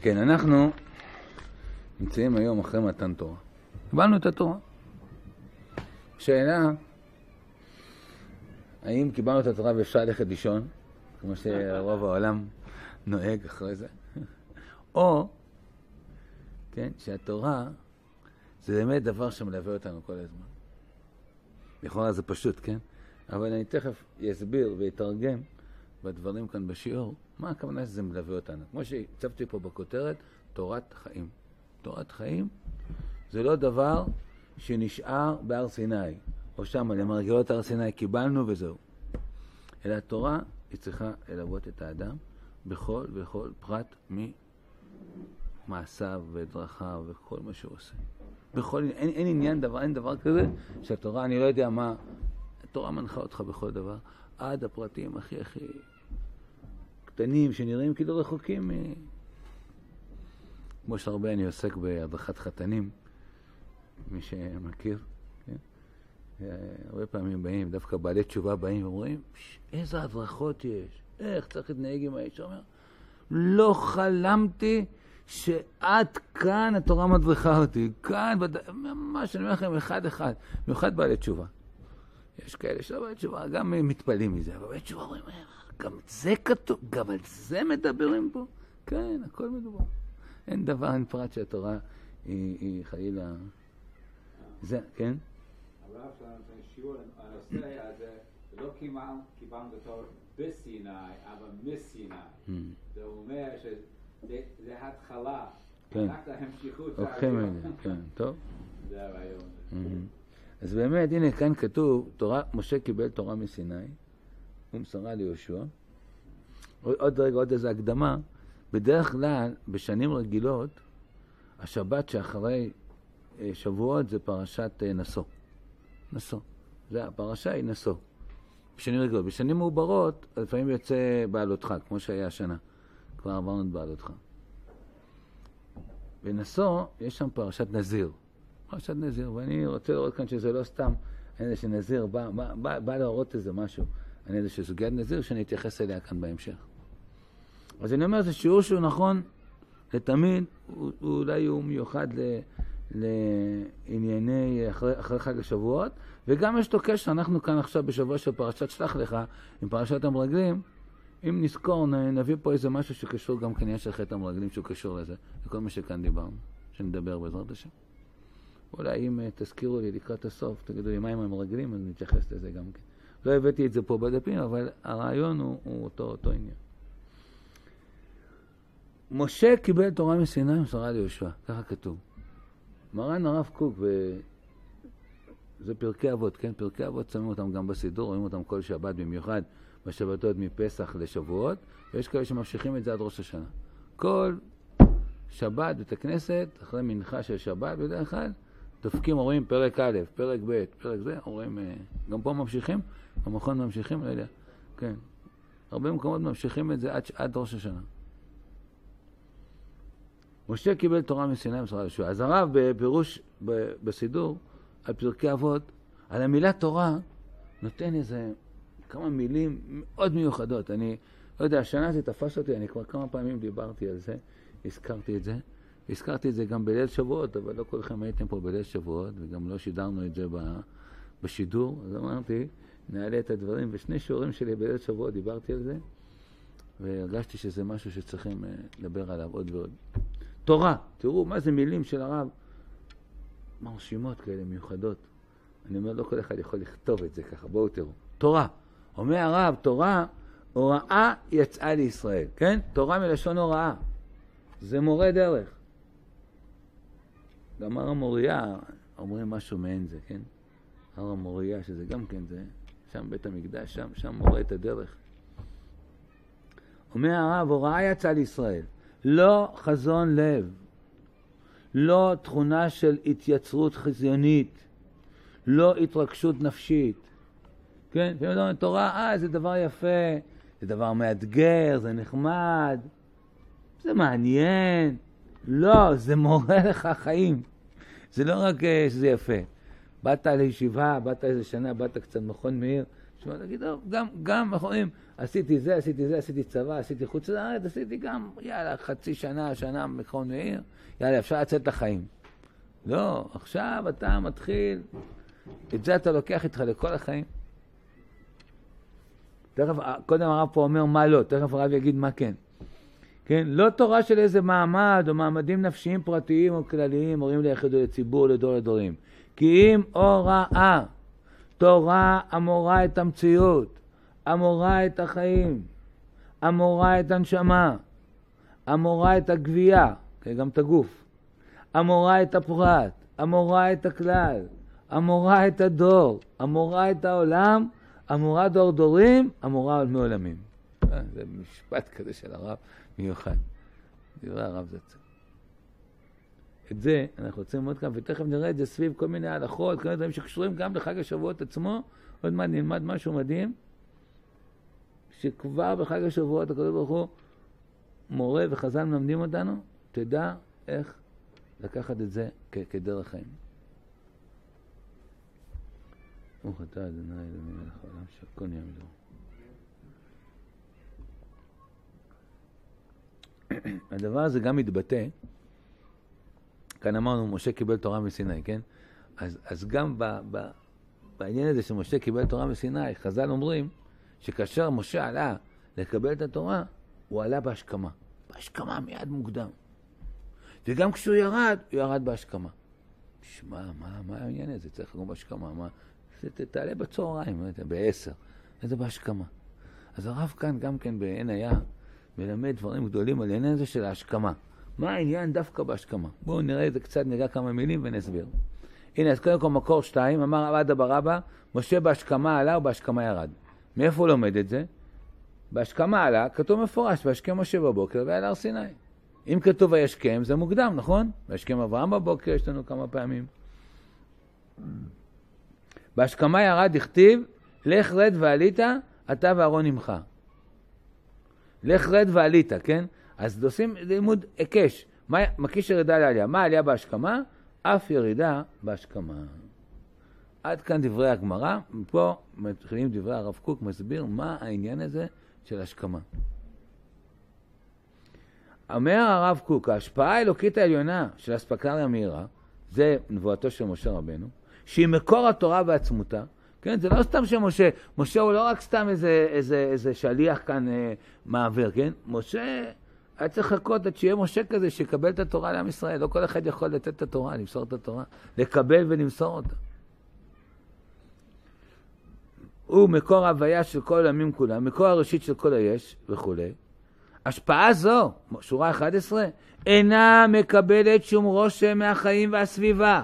כן, אנחנו נמצאים היום אחרי מתן תורה. קיבלנו את התורה. שאלה, האם קיבלנו את התורה ואפשר ללכת לישון, כמו שרוב העולם נוהג אחרי זה, או, כן, שהתורה זה באמת דבר שמלווה אותנו כל הזמן. לכאורה זה פשוט, כן? אבל אני תכף אסביר ויתרגם בדברים כאן בשיעור, מה הכוונה שזה מלווה אותנו. כמו שהצבתי פה בכותרת, תורת חיים. תורת חיים זה לא דבר שנשאר בהר סיני, או שם למרגלות הר סיני קיבלנו וזהו. אלא התורה היא צריכה ללוות את האדם בכל פרט ממעשיו ודרכיו וכל מה שהוא עושה. אין עניין דבר, אין דבר כזה שהתורה, אני לא יודע מה, התורה מנחה אותך בכל דבר, עד הפרטים הכי קטנים שנראים כאילו רחוקים כמו שהרבה אני עוסק בהדרכת חתנים, מי שמכיר, כן? הרבה פעמים באים, דווקא בעלי תשובה באים ואומרים, איזה הדרכות יש, איך צריך להתנהג עם האיש, אומר, לא חלמתי שעד כאן התורה מדריכה אותי, כאן, ממש אני אומר לכם אחד, במיוחד בעלי תשובה. יש כאלה שלא בעלי תשובה, גם מתפלאים מזה, אבל בעלי תשובה אומרים, גם זה כתוב, גם על זה מדברים פה? כן, הכל מדובר. אין דבר, אין פרט שהתורה היא חלילה, זה, כן? הרב שלנו שיעור הנושא הזה, לא קיבלנו את התורה בסיני, אבל מסיני. זה אומר שזה התחלה, רק להמשיכות. לוקחים את זה, כן, טוב. זה הרעיון. אז באמת, הנה כאן כתוב, משה קיבל תורה מסיני, ומסרה ליהושע. עוד רגע, עוד איזו הקדמה, בדרך כלל, בשנים רגילות, השבת שאחרי שבועות זה פרשת נשוא. נשוא. זה הפרשה היא נשוא. בשנים רגילות. בשנים מעוברות, לפעמים יוצא בעלותך, כמו שהיה השנה. כבר עברנו את בעלותך. בנשוא יש שם פרשת נזיר. פרשת נזיר, ואני רוצה לראות כאן שזה לא סתם, אני יודע שנזיר בא להראות איזה משהו. אני יודע שסוגיית נזיר שאני אתייחס אליה כאן בהמשך. אז אני אומר, זה שיעור שהוא נכון לתמיד, אולי הוא מיוחד לענייני אחרי חג השבועות, וגם יש לו קשר, אנחנו כאן עכשיו בשבוע של פרשת שלח לך, עם פרשת המרגלים, אם נזכור, נביא פה איזה משהו שקשור גם כנראה של חטא המרגלים, שהוא קשור לזה, לכל מה שכאן דיברנו, שנדבר בעזרת השם. אולי אם תזכירו לי לקראת הסוף, תגידו לי מה עם המרגלים, אז נתייחס לזה גם כן. לא הבאתי את זה פה בדפים, אבל הרעיון הוא אותו עניין. משה קיבל תורה מסיני ומסרה ליהושע, ככה כתוב. מרן הרב קוק, זה פרקי אבות, כן? פרקי אבות שמים אותם גם בסידור, רואים אותם כל שבת, במיוחד בשבתות מפסח לשבועות, ויש כאלה שממשיכים את זה עד ראש השנה. כל שבת בית הכנסת, אחרי מנחה של שבת, בדרך כלל, דופקים, רואים פרק א', פרק ב', פרק זה, רואים, גם פה ממשיכים, במכון ממשיכים, לא יודע, כן. הרבה מקומות ממשיכים את זה עד ראש השנה. משה קיבל תורה מסיני ומסרה ליהושע. אז הרב בפירוש בסידור על פרקי אבות, על המילה תורה, נותן איזה כמה מילים מאוד מיוחדות. אני לא יודע, השנה זה תפס אותי, אני כבר כמה פעמים דיברתי על זה, הזכרתי את זה גם בליל שבועות, אבל לא כולכם הייתם פה בליל שבועות, וגם לא שידרנו את זה בשידור. אז אמרתי, נעלה את הדברים, ושני שיעורים שלי בליל שבועות דיברתי על זה, והרגשתי שזה משהו שצריכים לדבר עליו עוד ועוד. תורה, תראו מה זה מילים של הרב, מרשימות כאלה מיוחדות. אני אומר, לא כל אחד יכול לכתוב את זה ככה, בואו תראו. תורה, אומר הרב, תורה, הוראה יצאה לישראל, כן? תורה מלשון הוראה, זה מורה דרך. גם הר המוריה, אומרים משהו מעין זה, כן? הר המוריה, שזה גם כן זה, שם בית המקדש, שם מורה את הדרך. אומר הרב, הוראה יצאה לישראל. לא חזון לב, לא תכונה של התייצרות חזיונית, לא התרגשות נפשית. כן? תורה, זה דבר יפה, זה דבר מאתגר, זה נחמד, זה מעניין. לא, זה מורה לך חיים. זה לא רק שזה יפה. באת לישיבה, באת איזה שנה, באת קצת מכון מאיר, שמע, תגיד, גם, אחרים, עשיתי זה, עשיתי צבא, עשיתי חוץ לארץ, עשיתי גם, יאללה, חצי שנה מכון מאיר, יאללה, אפשר לצאת לחיים. לא, עכשיו אתה מתחיל, את זה אתה לוקח איתך לכל החיים. תכף, קודם הרב פה אומר מה לא, תכף הרב יגיד מה כן. כן, לא תורה של איזה מעמד או מעמדים נפשיים פרטיים או כלליים, מורים ליחיד או לציבור, לדור לדורים. כי אם הוראה, תורה אמורה את המציאות, אמורה את החיים, אמורה את הנשמה, אמורה את הגבייה, גם את הגוף, אמורה את הפרט, אמורה את הכלל, אמורה את הדור, אמורה את העולם, אמורה דור דורים, אמורה עולמי עולמים. זה משפט כזה של הרב מיוחד. דברי הרב זצ"ל. את זה אנחנו רוצים ללמוד כאן, ותכף נראה את זה סביב כל מיני הלכות, כל מיני דברים שקשורים גם לחג השבועות עצמו. עוד מעט נלמד משהו מדהים, שכבר בחג השבועות הקדוש ברוך הוא מורה וחז"ל מלמדים אותנו, תדע איך לקחת את זה כדרך חיים. ברוך אתה ה' אלוהינו מלך העולם שהכל נהיה בדברו. הדבר הזה גם מתבטא, כאן אמרנו משה קיבל תורה מסיני, כן? אז גם בעניין הזה שמשה קיבל תורה מסיני, חז"ל אומרים שכאשר משה עלה לקבל את התורה, הוא עלה בהשכמה. בהשכמה מיד מוקדם. וגם כשהוא ירד, הוא ירד בהשכמה. שמע, מה העניין הזה? צריך לקום בהשכמה. תעלה בצהריים, ב-10. איזה בהשכמה. אז הרב כאן גם כן בעין היה מלמד דברים גדולים על העניין הזה של ההשכמה. מה העניין דווקא בהשכמה? בואו נראה את זה קצת, נראה כמה מילים ונסביר. הנה, אז קודם כל מקור 2, אמר עבד ברבא, משה בהשכמה עלה ובהשכמה ירד. מאיפה הוא לומד את זה? בהשכמה עלה, כתוב מפורש, בהשכם משה בבוקר ועל הר סיני. אם כתוב הישכם, זה מוקדם, נכון? בהשכם אברהם בבוקר יש לנו כמה פעמים. בהשכמה ירד הכתיב, לך רד ועלית, אתה ואהרון עמך. לך רד ועלית, כן? אז עושים לימוד הקש. מקיש ירידה לעלייה. מה העלייה בהשכמה? אף ירידה בהשכמה. עד כאן דברי הגמרא. פה מתחילים דברי הרב קוק, מסביר מה העניין הזה של השכמה. אומר הרב קוק, ההשפעה האלוקית העליונה של אספקלריה מאירה, זה נבואתו של משה רבנו, שהיא מקור התורה בעצמותה, כן? זה לא סתם שמשה, משה הוא לא רק סתם איזה שליח כאן מעבר, כן? משה היה צריך לחכות עד שיהיה משה כזה שיקבל את התורה לעם ישראל. לא כל אחד יכול לתת את התורה, למסור את התורה, לקבל ולמסור אותה. הוא מקור ההוויה של כל העמים כולם, מקור הראשית של כל היש וכו'. השפעה זו, שורה 11, אינה מקבלת שום רושם מהחיים והסביבה.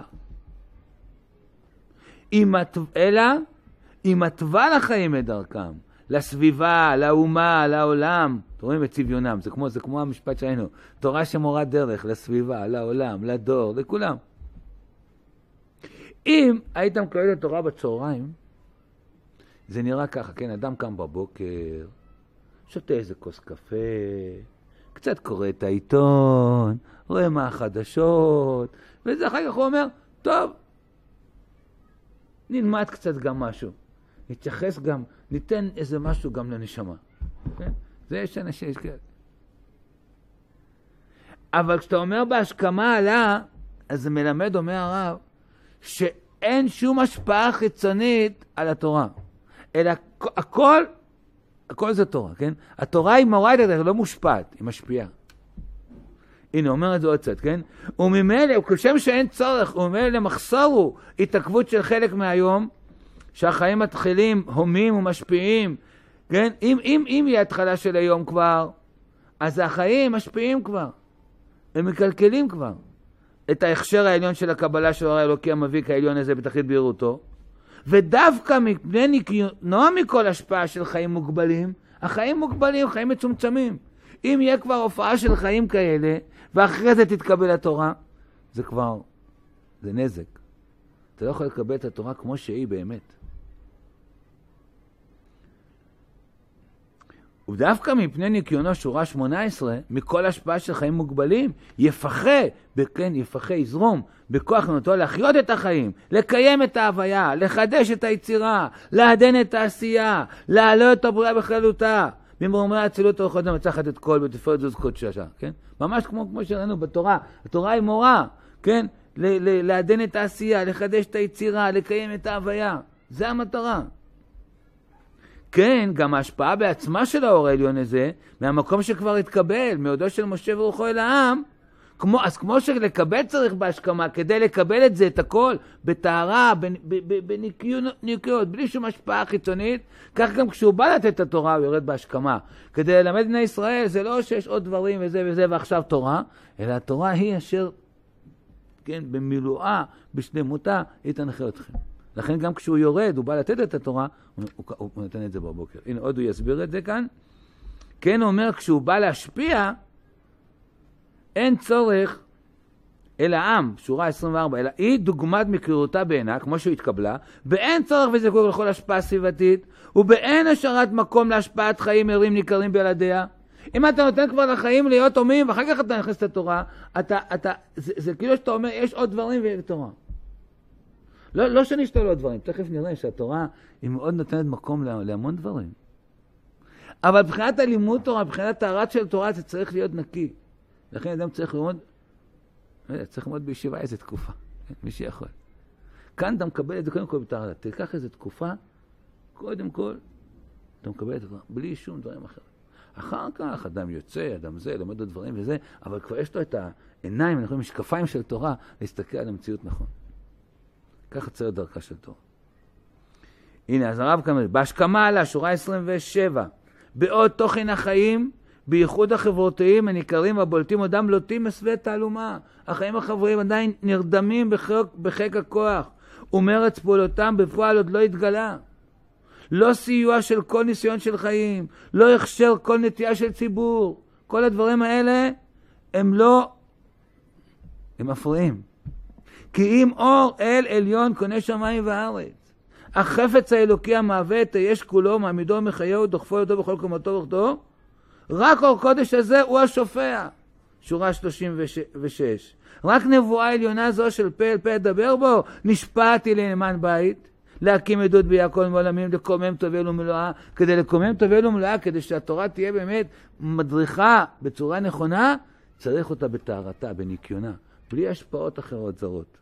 אלא היא מתווה לחיים את דרכם, לסביבה, לאומה, לעולם. אתם רואים את צביונם, זה כמו המשפט שלנו. תורה שמורה דרך לסביבה, לעולם, לדור, לכולם. אם היית מקבל את התורה בצהריים, זה נראה ככה, כן, אדם קם בבוקר, שותה איזה כוס קפה, קצת קורא את העיתון, רואה מה החדשות, וזה אחר כך הוא אומר, טוב, נלמד קצת גם משהו, נתייחס גם, ניתן איזה משהו גם לנשמה. כן? זה יש אנשים כאלה. אבל כשאתה אומר בהשכמה עלה, אז זה מלמד, אומר הרב, שאין שום השפעה חיצונית על התורה. אלא הכל זה תורה, כן? התורה היא מורדת, היא לא מושפעת, היא משפיעה. הנה, אומר את זה עוד קצת, כן? וממילא, כשם שאין צורך, וממילא מחסור הוא התעכבות של חלק מהיום, שהחיים מתחילים, הומים ומשפיעים, כן? אם היא התחלה של היום כבר, אז החיים משפיעים כבר, הם מקלקלים כבר. את ההכשר העליון של הקבלה של האור האלוקי המביא כעליון הזה בתכלית בהירותו, ודווקא מפני ניקיונו מכל השפעה של חיים מוגבלים, החיים מוגבלים, חיים מצומצמים. אם יהיה כבר הופעה של חיים כאלה, ואחרי זה תתקבל התורה, זה כבר, זה נזק. אתה לא יכול לקבל את התורה כמו שהיא באמת. ודווקא מפני ניקיונו שורה 18, מכל השפעה של חיים מוגבלים, יפחה, יזרום, בכוח אמונתו להחיות את החיים, לקיים את ההוויה, לחדש את היצירה, לעדן את העשייה, להעלות את הבריאה בכללותה, במרומי האצילות הרוחות המצחת את כל בתפארת זוז קודשה, כן? ממש כמו שראינו בתורה, התורה היא מורה, כן? לעדן את העשייה, לחדש את היצירה, לקיים את ההוויה, זה המטרה. כן, גם ההשפעה בעצמה של האור העליון הזה, מהמקום שכבר התקבל, מעודו של משה ורוחו אל העם, אז כמו שלקבל צריך בהשכמה, כדי לקבל את זה, את הכל, בטהרה, בניקיות, בלי שום השפעה חיצונית, כך גם כשהוא בא לתת את התורה, הוא יורד בהשכמה. כדי ללמד בני ישראל, זה לא שיש עוד דברים וזה וזה ועכשיו תורה, אלא התורה היא אשר, כן, במילואה, בשלמותה, היא תנחה אתכם. לכן גם כשהוא יורד, הוא בא לתת את התורה, הוא נותן את זה בבוקר. הנה, עוד הוא יסביר את זה כאן. כן, הוא אומר, כשהוא בא להשפיע, אין צורך אל העם, שורה 24, אלא היא דוגמת מקרירותה בעינה, כמו שהוא התקבלה, ואין צורך וזיקוק לכל השפעה סביבתית, ובאין השארת מקום להשפעת חיים ערים ניכרים בילדיה. אם אתה נותן כבר לחיים להיות עומים, ואחר כך אתה נכנס את התורה, זה כאילו שאתה אומר, יש עוד דברים ותורה. לא שנשתול עוד דברים, תכף נראה שהתורה היא מאוד נותנת מקום להמון דברים. אבל מבחינת הלימוד תורה, מבחינת טהרת של תורה, זה צריך להיות נקי. לכן אדם צריך ללמוד בישיבה איזו תקופה, מי שיכול. כאן אתה מקבל את זה קודם כל בטהרה. תיקח איזו תקופה, קודם כל, אתה מקבל את זה בלי שום דברים אחרים. אחר כך אדם יוצא, אדם זה, לומד את הדברים וזה, אבל כבר יש לו את העיניים, אנחנו משקפיים של תורה, להסתכל על המציאות נכון. ככה צריך דרכה של תורה. הנה, אז הרב כאן, בהשכמה עלה, שורה 27, בעוד תוכן החיים, בייחוד החברותיים הניכרים והבולטים עודם לוטים מסווה תעלומה. החיים החבריים עדיין נרדמים בחק הכוח, ומרץ פעולותם בפועל עוד לא התגלה. לא סיוע של כל ניסיון של חיים, לא הכשר כל נטייה של ציבור. כל הדברים האלה הם מפריעים. כי אם אור אל עליון קונה שמיים וארץ, החפץ האלוקי המהווה את היש כולו, מעמידו ומחייהו, דוחפו ידו בכל קומתו ורחתו, רק אור קודש הזה הוא השופע. שורה 36. רק נבואה עליונה זו של פה אל פה אדבר בו, נשפעתי לנאמן בית, להקים עדות ביעקב מעולמים, לקומם תובל ומלואה, כדי לקומם תובל ומלואה, כדי שהתורה תהיה באמת מדריכה בצורה נכונה, צריך אותה בטהרתה, בניקיונה, בלי השפעות אחרות זרות.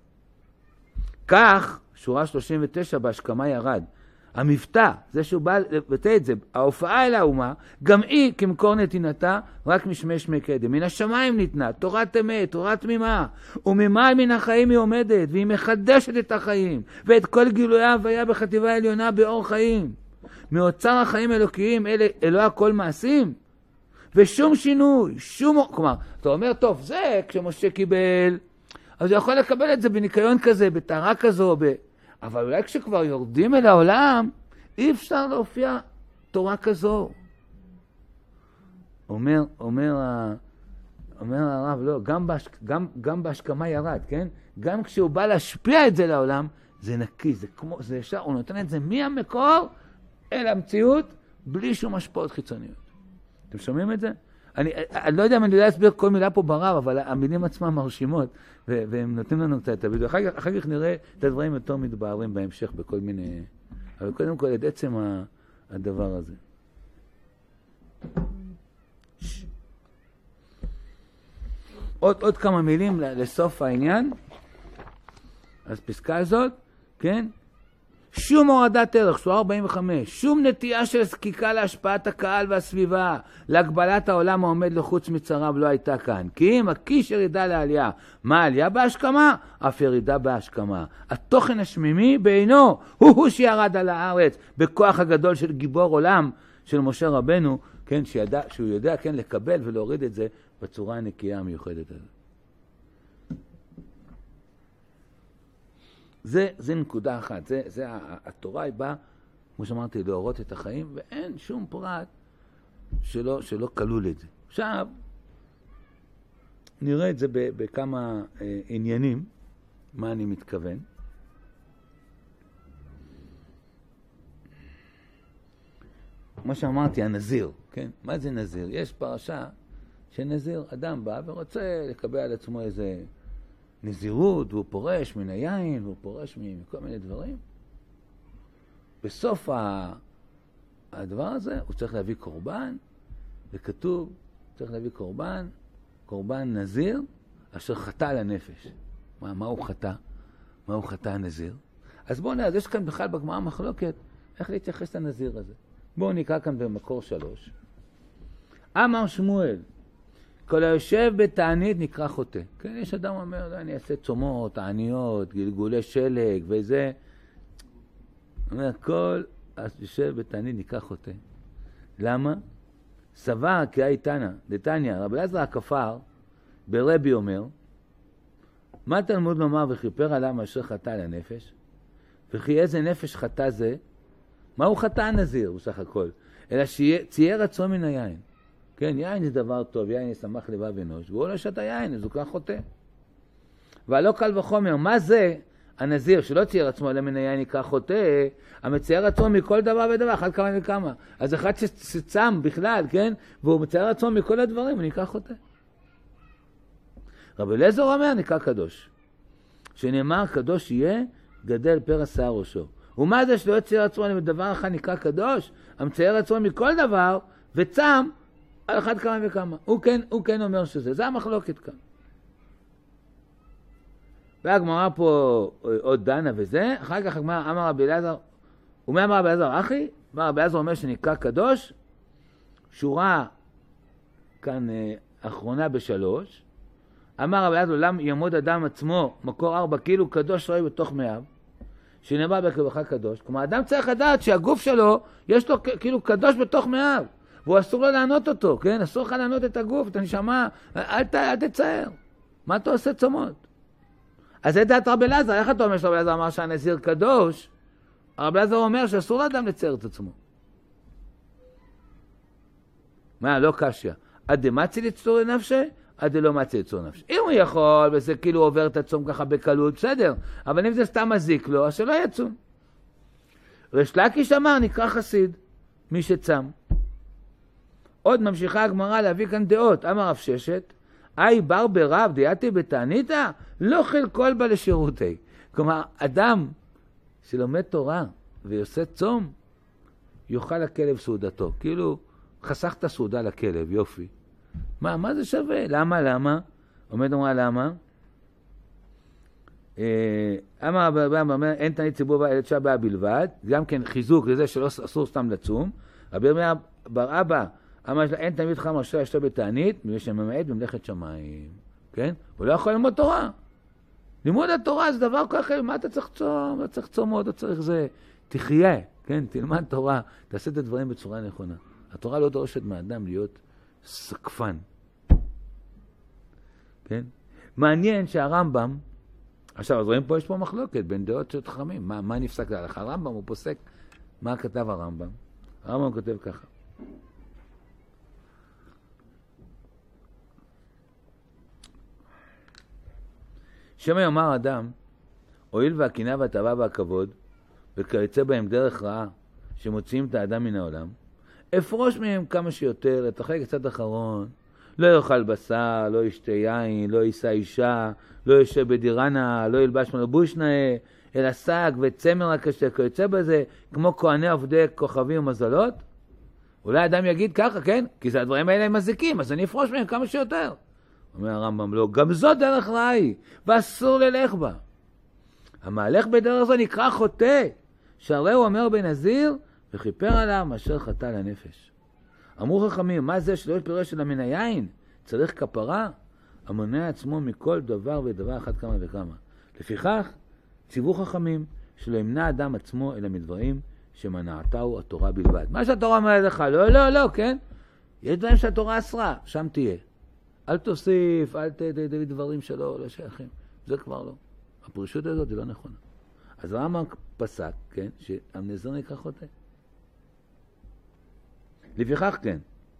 כך, שורה 39 בהשכמה ירד. המבטא, זה שהוא בא לבטא את זה, ההופעה אל האומה, גם היא כמקור נתינתה, רק משמש מקדם. מן השמיים ניתנה, תורת אמת, תורת תמימה, וממעל מן החיים היא עומדת, והיא מחדשת את החיים, ואת כל גילויי ההוויה בחטיבה העליונה באור חיים. מאוצר החיים האלוקיים, אלוה כל מעשים, ושום שינוי, כלומר, אתה אומר, טוב, זה כשמשה קיבל, אז הוא יכול לקבל את זה בניקיון כזה, בטהרה כזו, אבל אולי כשכבר יורדים אל העולם, אי אפשר להופיע תורה כזו. אומר הרב, לא, גם בהשכמה ירד, כן? גם כשהוא בא להשפיע את זה לעולם, זה נקי, זה ישר, הוא נותן את זה מהמקור אל המציאות, בלי שום השפעות חיצוניות. אתם שומעים את זה? אני לא יודע אם אני יודע להסביר כל מילה פה ברב, אבל המילים עצמם מרשימות, והם נותנים לנו קצת את הבידוע. אחר כך נראה את הדברים יותר מתבהרים בהמשך בכל מיני... אבל קודם כל, את עצם הדבר הזה. עוד כמה מילים לסוף העניין. אז פסקה הזאת, כן? שום הורדת ערך, שורה 45, שום נטייה של סקיקה להשפעת הקהל והסביבה, להגבלת העולם העומד לחוץ מצריו לא הייתה כאן. כי אם הקיש ירידה לעלייה, מה העלייה בהשכמה? אף ירידה בהשכמה. התוכן השמימי בעינו הוא שירד על הארץ בכוח הגדול של גיבור עולם של משה רבנו, כן, שהוא יודע כן לקבל ולהוריד את זה בצורה הנקייה המיוחדת הזאת. זה נקודה אחת, זה התורה היא באה, כמו שאמרתי, להורות את החיים, ואין שום פרט שלא כלול את זה. עכשיו, נראה את זה בכמה עניינים, מה אני מתכוון. מה שאמרתי, הנזיר, כן? מה זה נזיר? יש פרשה שנזיר, אדם בא ורוצה לקבל על עצמו איזה נזירות, והוא פורש מן היין, והוא פורש מכל מיני דברים. בסוף הדבר הזה הוא צריך להביא קורבן, וכתוב, צריך להביא קורבן נזיר, אשר חטא על הנפש. מה הוא חטא? מה הוא חטא הנזיר? אז בואו נראה, אז יש כאן בכלל בגמרא מחלוקת, איך להתייחס לנזיר הזה. בואו נקרא כאן במקור 3. אמר שמואל, כל היושב בתענית נקרא חוטא. כן, יש אדם אומר, אני אעשה צומות, תעניות, גלגולי שלג וזה. אומר, כל היושב בתענית נקרא חוטא. למה? סבר כי הייתנא, דתניא, רבי אלעזר הכפר, ברבי אומר, מה תלמוד לומר וכיפר עליו אשר חטא על הנפש? וכי איזה נפש חטא זה? מה הוא חטא הנזיר בסך הכל? אלא שצייר עצמו מן היין. כן, יין זה דבר טוב, יין ישמח לבב אנוש, והוא לא שתה יין, אז הוא כך חוטא. והלא קל וחומר, מה זה הנזיר שלא צייר עצמו אלא מן היין נקרא חוטא, המצייר עצמו מכל דבר ודבר, אחד כמה וכמה. אז אחד שצם בכלל, כן, והוא מצייר עצמו מכל הדברים, הוא נקרא חוטא. רבי אליעזר אומר, נקרא קדוש. שנאמר, קדוש יהיה, גדל פרא שיער ראשו. ומה זה שלא יצייר עצמו מדבר אחד נקרא קדוש? המצייר עצמו מכל דבר, וצם על אחד כמה וכמה. הוא כן אומר שזה. זה המחלוקת כאן. והגמרא פה עוד דנה וזה, אחר כך הגמרא אמר רבי אליעזר, ומה אמר רבי אליעזר אחי? אמר רבי אליעזר אומר שנקרא קדוש, שורה כאן אחרונה ב3, אמר רבי אליעזר, למה יעמוד אדם עצמו, מקור 4, כאילו קדוש רואי בתוך מאיו, שנאמר בקרבך קדוש. כלומר, אדם צריך לדעת שהגוף שלו, יש לו כאילו קדוש בתוך מאיו, והוא אסור לו לענות אותו, כן? אסור לך לענות את הגוף, את הנשמה, אל תצייר. מה אתה עושה צומות? אז זה דעת רבי אליעזר, איך אתה אומר שרבי אליעזר אמר שהנזיר קדוש? רבי אליעזר אומר שאסור לאדם לצייר את עצמו. מה, לא קשיא. עד דמצי לצור לנפשי, עד דלא מצי לצור נפשי. אם הוא יכול, וזה כאילו עובר את הצום ככה בקלות, בסדר. אבל אם זה סתם מזיק לו, אז שלא יצום. ריש לקיש אמר, נקרא חסיד, מי שצם. עוד ממשיכה הגמרא להביא כאן דעות. אמר רב ששת, אי בר ברב דייתי בתעניתא, לא חלקול בה לשירותי. כלומר, אדם שלומד תורה ויעשה צום, יאכל הכלב סעודתו. כאילו, חסכת סעודה לכלב, יופי. מה זה שווה? למה? עומד אמרה למה? אמר רבי אין תענית ציבור שעה בלבד, גם כן חיזוק לזה שלא אסור סתם לצום. רבי בר אבא אמר אין תלמיד חכם אשר אשתו בתענית, מפני שממעט במלאכת שמיים. כן? הוא לא יכול ללמוד תורה. לימוד התורה זה דבר כל כך, מה אתה צריך צום? לא צריך צומות, אתה צריך זה. תחיה, כן? תלמד תורה, תעשה את הדברים בצורה נכונה. התורה לא דורשת מהאדם להיות סקפן. כן? מעניין שהרמב"ם, עכשיו, אז רואים פה, יש פה מחלוקת בין דעות של חכמים. מה נפסק להלך? הרמב"ם הוא פוסק, מה כתב הרמב"ם? הרמב"ם כותב ככה. שמא יאמר אדם, הואיל והקנאה והתאווה והכבוד, וכיוצא בהם דרך רעה, שמוציאים את האדם מן העולם, אפרוש מהם כמה שיותר, לתחק קצת אחרון, לא יאכל בשר, לא ישתה יין, לא יישא אישה, לא יושב בדירנה, לא ילבש מלבוש נאה, אלא שק וצמר הקשה, כיוצא בזה, כמו כהני עובדי כוכבים ומזלות. אולי אדם יגיד ככה, כן? כי זה הדברים האלה הם מזיקים, אז אני אפרוש מהם כמה שיותר. אומר הרמב"ם, לא, גם זו דרך רעה היא, ואסור ללך בה. המהלך בדרך זו נקרא חוטא, שהרי הוא אומר בנזיר, וכיפר עליו אשר חטא לנפש. אמרו חכמים, מה זה שלא פירש אלא מן היין? צריך כפרה? המונע עצמו מכל דבר ודבר אחד כמה וכמה. לפיכך, ציוו חכמים שלא ימנע אדם עצמו אלא מדברים שמנעתהו התורה בלבד. מה שהתורה אומרת לך, לא, כן? יש דברים שהתורה אסרה, שם תהיה. אל תוסיף, אל תביא דברים שלא שייכים. זה כבר לא. הפרישות הזאת היא לא נכונה. אז הרמב"ם פסק, כן, שהנזיר נקרא חוטא. לפיכך כן.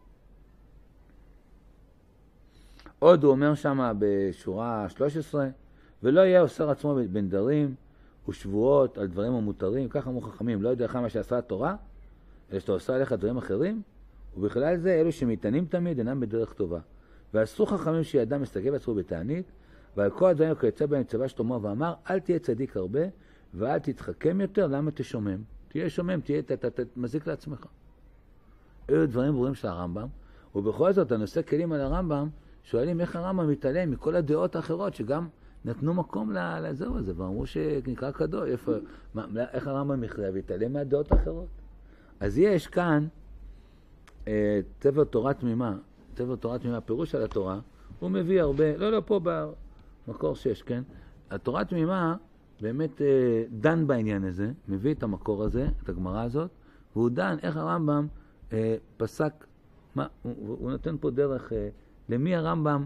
עוד הוא אומר שם בשורה 13, ולא יהיה אוסר עצמו בנדרים ושבועות על דברים המותרים, כך אמרו חכמים, לא יודע מה שעשה התורה, אלא שאתה עושה עליך דברים אחרים, ובכלל זה אלו שמתענים תמיד אינם בדרך טובה. ועשו חכמים שידם מסתכל בעצמו בתענית, ועל כל הדברים כיצא בהם צבא שלמה ואמר, אל תהיה צדיק הרבה, ואל תתחכם יותר, למה תשומם? תהיה שומם, אתה מזיק לעצמך. אלו דברים ברורים של הרמב"ם, ובכל זאת, הנושא כלים על הרמב"ם, שואלים איך הרמב"ם מתעלם מכל הדעות האחרות, שגם נתנו מקום לזהו הזה, ואמרו שנקרא קדוש, איך הרמב"ם מכריע, והתעלם מהדעות האחרות. אז יש כאן תבר תורה תמימה, פירוש על התורה, הוא מביא הרבה, לא פה במקור 6, כן? התורה תמימה באמת דן בעניין הזה, מביא את המקור הזה, את הגמרא הזאת, והוא דן איך הרמב"ם פסק, הוא נותן פה דרך למי הרמב"ם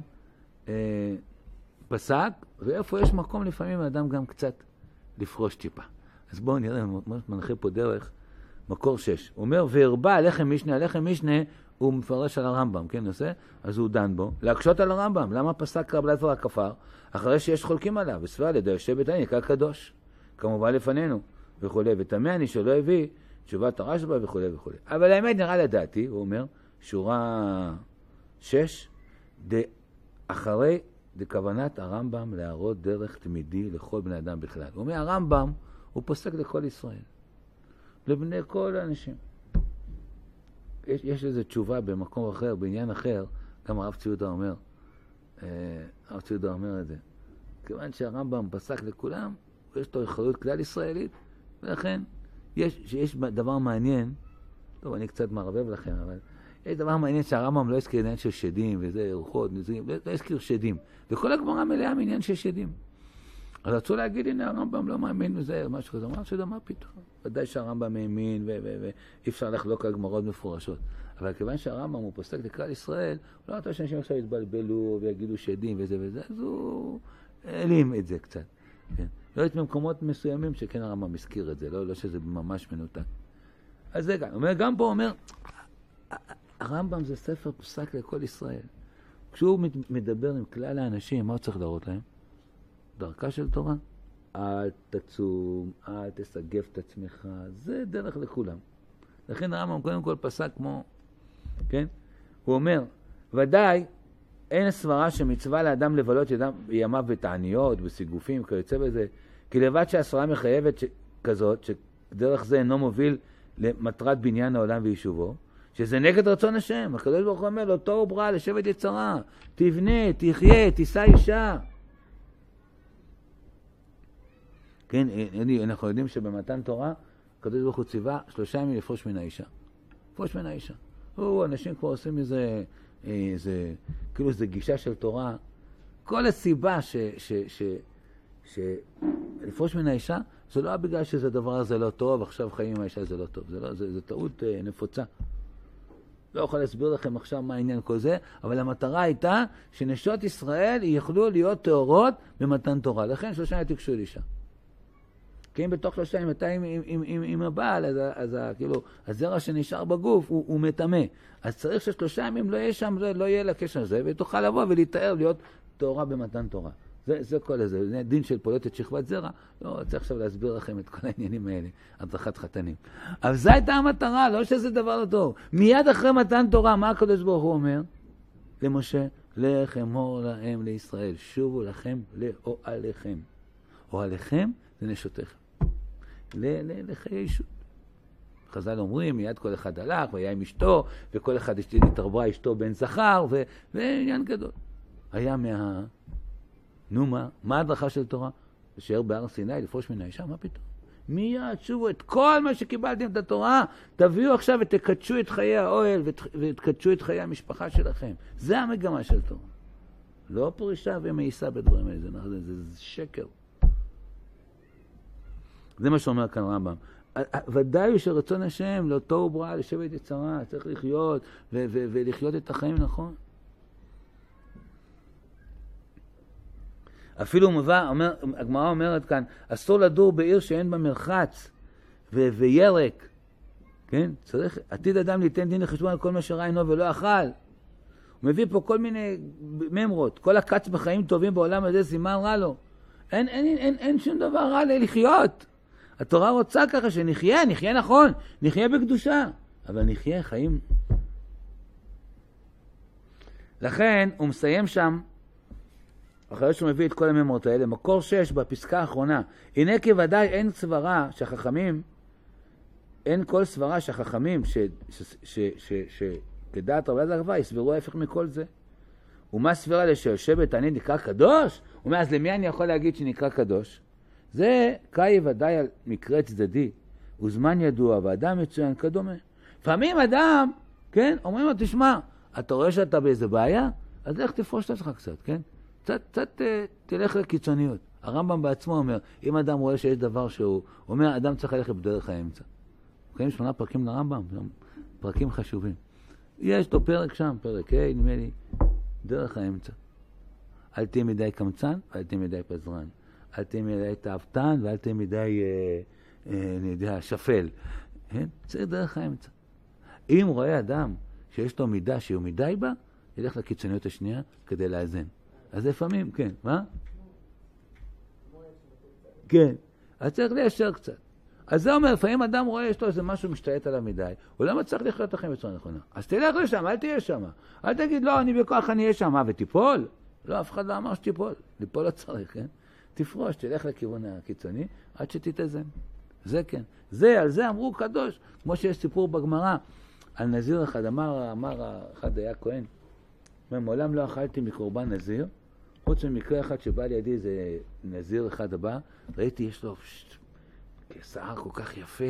פסק, ואיפה יש מקום לפעמים האדם גם קצת לפרוש טיפה. אז בואו נראה, מנחה פה דרך מקור 6. הוא אומר, והרבה הלחם משנה, הוא מפרש על הרמב"ם, כן, נושא? אז הוא דן בו. להקשות על הרמב"ם, למה פסק רב אלעזר הכפר? אחרי שיש חולקים עליו, וסבר על ידי יושב בית הדין, נקרא קדוש. כמובן לפנינו, וכו'. ותמה אני שלא הביא תשובת הרשב"א וכו' וכו'. אבל האמת נראה לדעתי, הוא אומר, שורה 6, אחרי כוונת הרמב"ם להראות דרך תמידי לכל בני אדם בכלל. הוא אומר, הרמב"ם הוא פוסק לכל ישראל, לבני כל האנשים. יש איזו תשובה במקום אחר, בעניין אחר, גם הרב ציודה אומר את זה. כיוון שהרמב"ם פסק לכולם, יש לו אחריות כלל ישראלית, ולכן יש דבר מעניין, טוב, אני קצת מערבב לכם, אבל יש דבר מעניין שהרמב"ם לא הזכיר עניין של שדים, וזה רוחות, נזרים, לא הזכיר שדים. וכל הגמרא מלאה מעניין של שדים. אז רצו להגיד, הנה הרמב"ם לא מאמין בזה, משהו כזה, אמר שדה מה פתאום. ודאי שהרמב"ם מאמין, ואי אפשר לחלוק על גמרות מפורשות. אבל כיוון שהרמב"ם הוא פוסק לכלל ישראל, הוא לא רוצה שאנשים עכשיו יתבלבלו ויגידו שדים וזה וזה, אז הוא העלים את זה קצת. כן. לא יודעת במקומות מסוימים שכן הרמב"ם הזכיר את זה, לא שזה ממש מנותק. אז זה גם פה אומר, הרמב"ם זה ספר פסק לכל ישראל. כשהוא מדבר עם כלל האנשים, מה הוא צריך להראות להם? דרכה של תורה. אל תצום, אל תסגף את עצמך, זה דרך לכולם. לכן הרמב"ם קודם כל פסק כמו, כן? הוא אומר, ודאי אין סברה שמצווה לאדם לבלות ימיו בתעניות, בסיגופים, כיוצא בזה, כי לבד שהסברה מחייבת כזאת, שדרך זה אינו מוביל למטרת בניין העולם ויישובו, שזה נגד רצון השם. הקדוש ברוך הוא אומר לו, תוהו בראה לשבת יצרה, תבנה, תחיה, תישא אישה. כן, אנחנו יודעים שבמתן תורה, הקדוש ברוך הוא ציווה 3 ימים לפרוש מן האישה. לפרוש מן האישה. אנשים כבר עושים כאילו זה גישה של תורה. כל הסיבה לפרוש מן האישה, זה לא בגלל שזה דבר הזה לא טוב, עכשיו חיים עם האישה זה לא טוב. זה טעות נפוצה. לא יכול להסביר לכם עכשיו מה העניין כל זה, אבל המטרה הייתה שנשות ישראל יכלו להיות טהורות במתן תורה. לכן 3 ימים תקשו לאישה. כי אם בתוך 3 ימים אתה עם הבעל, אז כאילו, הזרע שנשאר בגוף הוא מטמא. אז צריך ש3 ימים לא יהיה שם, לא יהיה לקשר הזה, ותוכל לבוא ולהתאר להיות תורה במתן תורה. זה כל הזה, זה דין של פולטת שכבת זרע. לא צריך עכשיו להסביר לכם את כל העניינים האלה, הדרכת חתנים. אבל זו הייתה המטרה, לא שזה דבר לא טוב. מיד אחרי מתן תורה, מה הקדוש ברוך הוא אומר? למשה, לך אמור להם לישראל, שובו לכם לאוהליכם. אוהליכם זה נשותיכם. לחיי אישות. חז"ל אומרים, מיד כל אחד הלך, והיה עם אשתו, וכל אחד התערברה אשתו בן זכר, ועניין גדול. היה מה הדרכה של תורה? להישאר בהר סיני, לפרוש מן האישה, מה פתאום? מיד שובו את כל מה שקיבלתם את התורה, תביאו עכשיו ותקדשו את חיי האוהל, ותקדשו את חיי המשפחה שלכם. זה המגמה של תורה. לא פרישה ומאיסה בדברים האלה, זה שקר. זה מה שאומר כאן רמב"ם. ודאי הוא שרצון השם, לא תוהו בראה לשבת יצרה, צריך לחיות ולחיות את החיים נכון. אפילו הגמרא אומרת כאן, אסור לדור בעיר שאין בה מרחץ וירק, כן? צריך, עתיד אדם ליתן דין לחשבון על כל מה שראה עינו ולא אכל. הוא מביא פה כל מיני ממרות, כל הקץ בחיים טובים בעולם הזה סימן רע לו. אין שום דבר רע לחיות. התורה רוצה ככה שנחיה נכון, נחיה בקדושה. אבל נחיה חיים. לכן הוא מסיים שם, אחרי שהוא מביא את כל המאמרות האלה, מקור 6 בפסקה האחרונה, הנה כי ודאי אין סברה שהחכמים, אין כל סברה שהחכמים שכדעת רבי אלעזר הגבאי יסברו ההפך מכל זה. ומה סברה ליושב בתענית נקרא קדוש? אז למי אני יכול להגיד שנקרא קדוש? זה קאי ודאי על מקרה צדדי, וזמן ידוע, ואדם מצוין כדומה. לפעמים אדם, כן, אומרים לו, תשמע, אתה רואה שאתה באיזה בעיה? אז לך תפרוש את עצמך קצת, כן? קצת תלך לקיצוניות. הרמב"ם בעצמו אומר, אם אדם רואה שיש דבר שהוא אומר, אדם צריך ללכת בדרך האמצע. כן, 8 פרקים לרמב"ם, פרקים חשובים. יש לו פרק שם, פרק ה', נדמה לי, דרך האמצע. אל תהיה מדי קמצן, ואל תהיה מדי פזרן. אל תהיה מדי תאוותן, ואל תהיה מדי, אני יודע, שפל. כן? זה דרך האמצע. אם רואה אדם שיש לו מידה שהוא מדי בה, ילך לקיצוניות השנייה כדי לאזן. אז לפעמים, כן, מה? כן, אז צריך ליישר קצת. אז זה אומר, לפעמים אדם רואה, יש לו איזה משהו משתלט עליו מדי, הוא לא מצליח לחיות לכם בצורה נכונה. אז תלך לשם, אל תהיה שם. אל תגיד, לא, אני בכוח אני אהיה שם, ותיפול. לא, אף אחד לא אמר שתיפול. ליפול לא צריך, כן? תפרוש, תלך לכיוון הקיצוני, עד שתתאזן. זה כן. על זה אמרו קדוש, כמו שיש סיפור בגמרא, על נזיר אחד, אמר אחד היה כהן, מעולם לא אכלתי מקורבן נזיר, חוץ ממקרה אחד שבא לידי זה נזיר אחד הבא, ראיתי יש לו שיער כל כך יפה,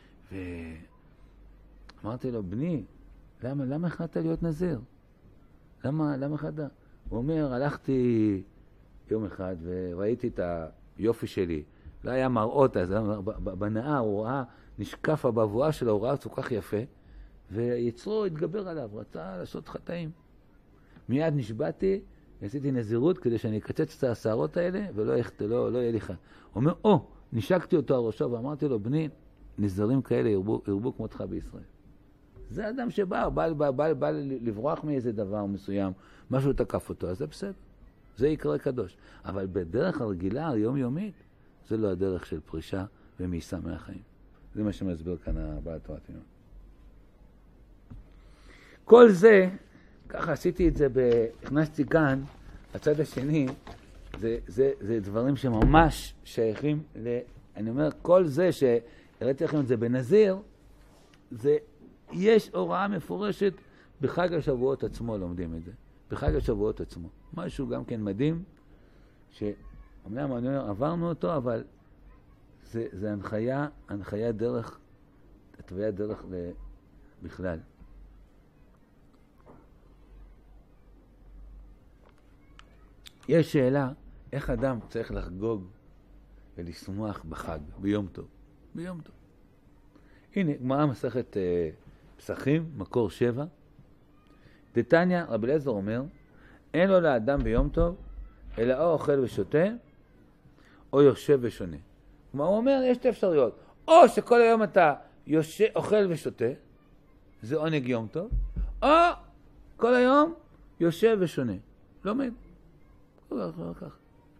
ואמרתי לו, בני, למה החלטת להיות נזיר? למה החלטת? הוא אומר, הלכתי יום אחד וראיתי את היופי שלי, לא היה מראות אז, בנאה הוא ראה, נשקף הבבואה שלו, הוא ראה כל כך יפה, ויצרו התגבר עליו, רצה לעשות חטאים. מיד נשבעתי, עשיתי נזירות כדי שאני אקצץ את השערות האלה, ולא יהיה לי חטא. הוא אומר, נשקתי אותו על ראשו ואמרתי לו, בני, נזרים כאלה ירבו כמותך בישראל. זה אדם שבא, בא לברוח מאיזה דבר מסוים, משהו תקף אותו, אז זה בסדר. זה יקרה קדוש. אבל בדרך הרגילה, היומיומית, זה לא הדרך של פרישה ומאיסה מהחיים. זה מה שמסביר כאן הבעל תורת עינון. כל זה, ככה עשיתי את זה, הכנסתי כאן, הצד השני, זה דברים שממש שייכים אני אומר, כל זה שהראיתי לכם את זה בנזיר, יש הוראה מפורשת בחג השבועות עצמו, לומדים את זה. בחג השבועות עצמו. משהו גם כן מדהים, שאומנם אני אומר, עברנו אותו, אבל זה הנחיה דרך, התוויית דרך בכלל. יש שאלה, איך אדם צריך לחגוג ולשמוח בחג, ביום טוב. ביום טוב. הנה, גמרא מסכת פסחים, מקור 7. דתניא, רבי אליעזר אומר, אין לו לאדם ביום טוב, אלא או אוכל ושותה, או יושב ושונה. כלומר, הוא אומר, יש 2 אפשרויות. או שכל היום אתה אוכל ושותה, זה עונג יום טוב, או כל היום יושב ושונה. לומד. כך.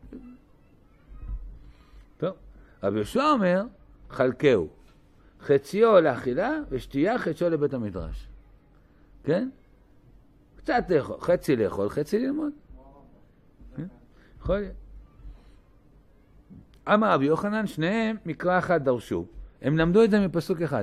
טוב. רבי יהושע אומר, חלקהו. חציו לאכילה ושתייה, חציו לבית המדרש. כן? קצת לאכול. חצי לאכול, חצי ללמוד. יכול להיות. אמר רבי יוחנן, שניהם מקרא אחד דרשו. הם למדו את זה מפסוק אחד.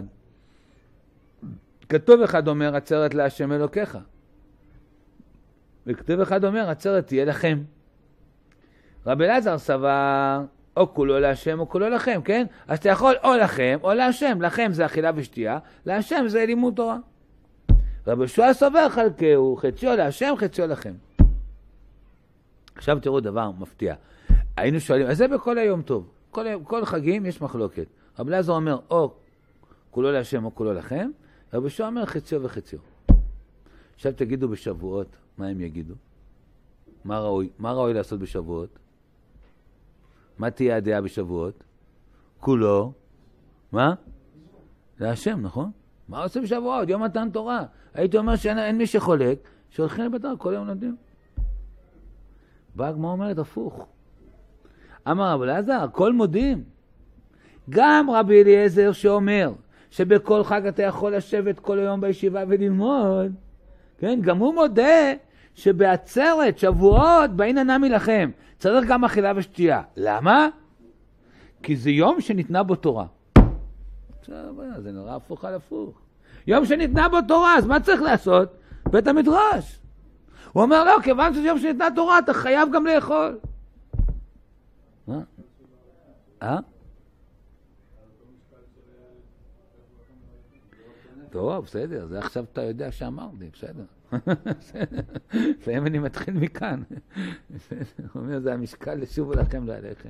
כתוב אחד אומר, עצרת להשם אלוקיך. וכתוב אחד אומר, עצרת תהיה לכם. רבי אלעזר סבר, או כולו להשם או כולו לכם, כן? אז אתה יכול או לכם או להשם. לכם זה אכילה ושתייה, להשם זה לימוד תורה. רבי יהושע סובר חלקהו, חציו להשם, חציו לכם. עכשיו תראו דבר מפתיע. היינו שואלים, אז זה בכל היום טוב. כל חגים יש מחלוקת. רבי אלעזר אומר, או כולו להשם או כולו לכם, רבי יהושע אומר חציו וחציו. עכשיו תגידו בשבועות, מה הם יגידו? מה ראוי לעשות בשבועות? מה תהיה הדעה בשבועות? כולו, מה? להשם, נכון? מה עושה בשבועות? יום מתן תורה. הייתי אומר שאין מי שחולק, שהולכים לבית תורה כל יום לומדים. באה הגמרא אומרת הפוך. אמר רבי אלעזר, כל מודים. גם רבי אליעזר שאומר שבכל חג אתה יכול לשבת כל היום בישיבה וללמוד, כן? גם הוא מודה שבעצרת שבועות באין הנמי לכם. צריך גם אכילה ושתייה. למה? כי זה יום שניתנה בו תורה. זה נורא הפוך על הפוך. יום שניתנה בו תורה, אז מה צריך לעשות? בית המדרש. הוא אומר, לא, כיוון שזה יום שניתנה תורה, אתה חייב גם לאכול. מה? טוב, בסדר, זה עכשיו אתה יודע שאמרתי, בסדר. לפעמים אני מתחיל מכאן. הוא אומר, זה המשקל לשובו לכם לעליכם.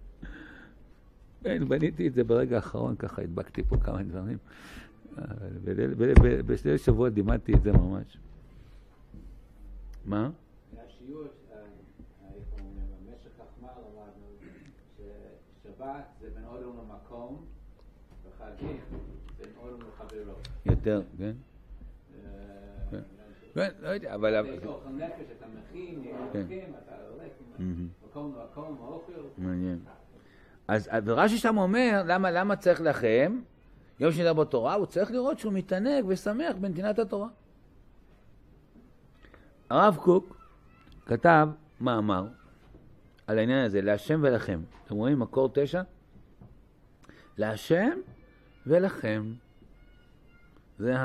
בניתי את זה ברגע האחרון, ככה הדבקתי פה כמה דברים. בשני שבועות דימדתי את זה ממש. מה? השיעור, במשך החמר אמרנו ששבת זה בין אודם למקום, וחגים בין אודם לחברו. יותר, כן? כן, לא יודע, אבל... זה אוכל נפש, אתה מכין, אתה הולך, מקום למקום, האוכל. מעניין. אז ורש"י שם אומר, למה צריך לכם? יום שניתנה בו תורה, הוא צריך לראות שהוא מתענג ושמח בנתינת התורה. הרב קוק כתב מאמר על העניין הזה, להשם ולכם. אתם רואים מקור 9? להשם ולכם. זה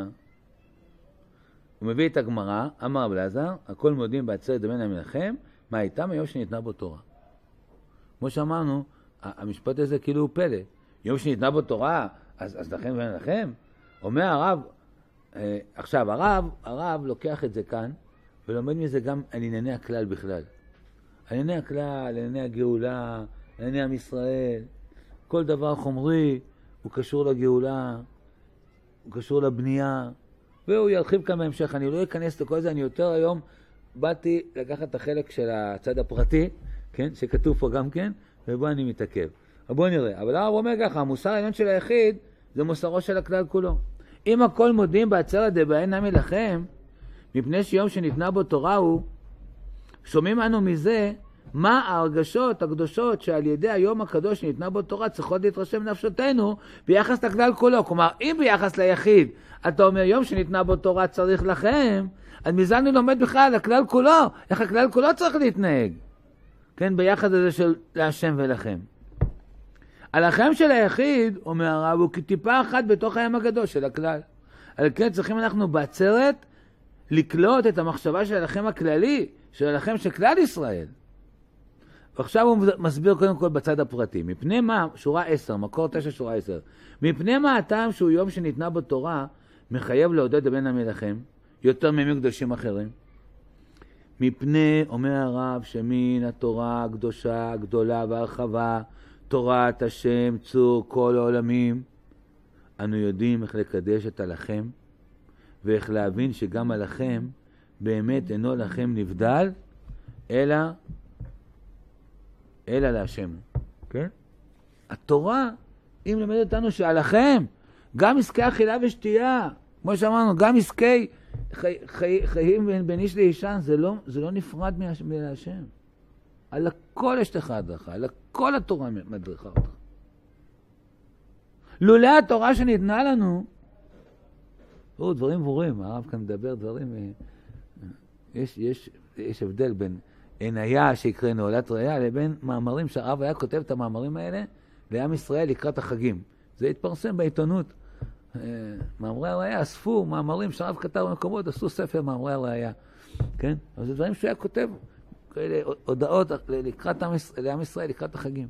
הוא מביא את הגמרא, אמר רב אלעזר, הכל מודים בעצרת דמן המלכם, מה הייתה מיום שניתנה בו תורה. כמו שאמרנו, המשפט הזה כאילו הוא פלא. יום שניתנה בו תורה, אז לכם ולכם. אומר הרב, עכשיו הרב לוקח את זה כאן, ולומד מזה גם על ענייני הכלל בכלל. על ענייני הכלל, על ענייני הגאולה, על ענייני עם ישראל. כל דבר חומרי הוא קשור לגאולה, הוא קשור לבנייה, והוא ירחיב כאן בהמשך. אני לא אכנס לכל זה, אני יותר היום באתי לקחת את החלק של הצד הפרטי, כן, שכתוב פה גם כן, ובו אני מתעכב. אבל בואו נראה. אבל הרב אומר ככה, המוסר העליון של היחיד זה מוסרו של הכלל כולו. אם הכל מודים בעצרת דבאין נמי לכם, מפני שיום שניתנה בו תורה הוא, שומעים אנו מזה מה ההרגשות הקדושות שעל ידי היום הקדוש שניתנה בו תורה צריכות להתרשם נפשותנו ביחס לכלל כולו. כלומר, אם ביחס ליחיד אתה אומר יום שניתנה בו תורה צריך לכם, אז מזה אני לומד בכלל הכלל כולו, איך הכלל כולו צריך להתנהג. כן, ביחס הזה של להשם ולכם. הלכם של היחיד, אומר הרב, הוא כטיפה אחת בתוך הים הגדול של הכלל. על כן צריכים אנחנו בעצרת לקלוט את המחשבה של הלכם הכללי, של הלכם של כלל ישראל. ועכשיו הוא מסביר קודם כל בצד הפרטי. מפני מה, שורה 10, מקור 9 שורה 10. מפני מה הטעם שהוא יום שניתנה בו תורה, מחייב לעודד בין המלכים, יותר מימים קדושים אחרים. מפני, אומר הרב, שמן התורה הקדושה, הגדולה והרחבה, תורת השם, צור כל העולמים, אנו יודעים איך לקדש את הלכם, ואיך להבין שגם הלכם באמת אינו לכם נבדל, אלא להשם. כן? התורה, אם למד אותנו שהלכם, גם עסקי אכילה ושתייה, כמו שאמרנו, גם עסקי חיים בין איש לאישה, זה לא נפרד מהשם. על הכל יש לך הדרכה, על הכל התורה מדריכה אותך. לולא התורה שניתנה לנו, דברים ברורים, הרב כאן מדבר דברים, יש הבדל בין עיניה שיקרא נעולת ראיה, לבין מאמרים שהרב היה כותב את המאמרים האלה לעם ישראל לקראת החגים. זה התפרסם בעיתונות. מאמרי הראיה אספו מאמרים שהרב כתב במקומות, עשו ספר מאמרי הראיה. כן? אבל זה דברים שהוא היה כותב, כאלה הודעות לעם ישראל לקראת החגים.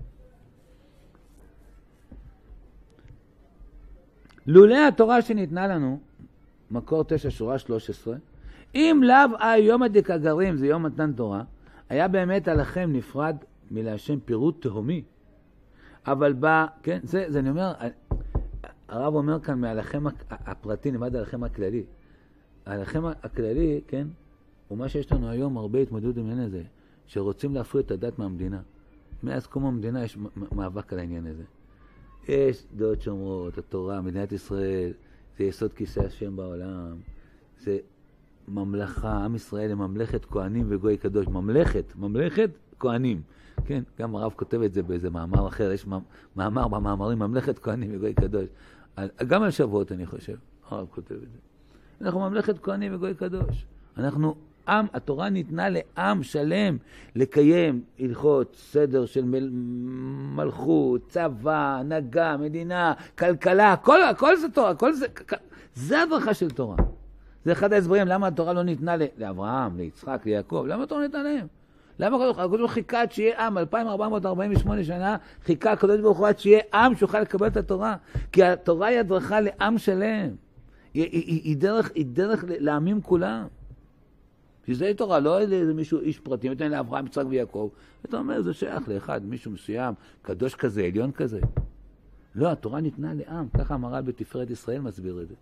לולא התורה שניתנה לנו, מקור 9 שורה 13, אם לאו היום הדקגרים, זה יום מתן תורה, היה באמת עליכם נפרד מלהשם פירוט תהומי. אבל כן, זה אני אומר, הרב אומר כאן מהלכם הפרטי, נבד הלכם הכללי. הלכם הכללי, כן, הוא מה שיש לנו היום הרבה התמודדות עם העניין הזה, שרוצים להפריד את הדת מהמדינה. מאז קום המדינה יש מאבק על העניין הזה. יש דעות שאומרות, התורה, מדינת ישראל, זה יסוד כיסא השם בעולם, זה ממלכה, עם ישראל לממלכת כהנים וגוי קדוש, ממלכת כהנים, כן, גם הרב כותב את זה באיזה מאמר אחר, יש מאמר במאמרים, ממלכת כהנים וגוי קדוש, גם על שבועות אני חושב, הרב כותב את זה. אנחנו ממלכת כהנים וגוי קדוש. אנחנו עם, התורה ניתנה לעם שלם לקיים הלכות סדר של מלכות, צבא, הנהגה, מדינה, כלכלה, הכל זה תורה, זה הדרכה של תורה. זה אחד ההסברים, למה התורה לא ניתנה לאברהם, ליצחק, ליעקב, למה התורה ניתנה להם? למה הקדוש ברוך הוא חיכה עד שיהיה עם, 2448 שנה, חיכה הקדוש ברוך הוא עד שיהיה עם שיוכל לקבל את התורה, כי התורה היא הדרכה לעם שלם, היא דרך לעמים כולם. שזה תורה, לא איזה מישהו איש פרטי, נותן לאברהם, יצחק ויעקב, אתה אומר, זה שייך לאחד, מישהו מסוים, קדוש כזה, עליון כזה. לא, התורה ניתנה לעם, ככה המהר"ל בתפארת ישראל מסביר את זה.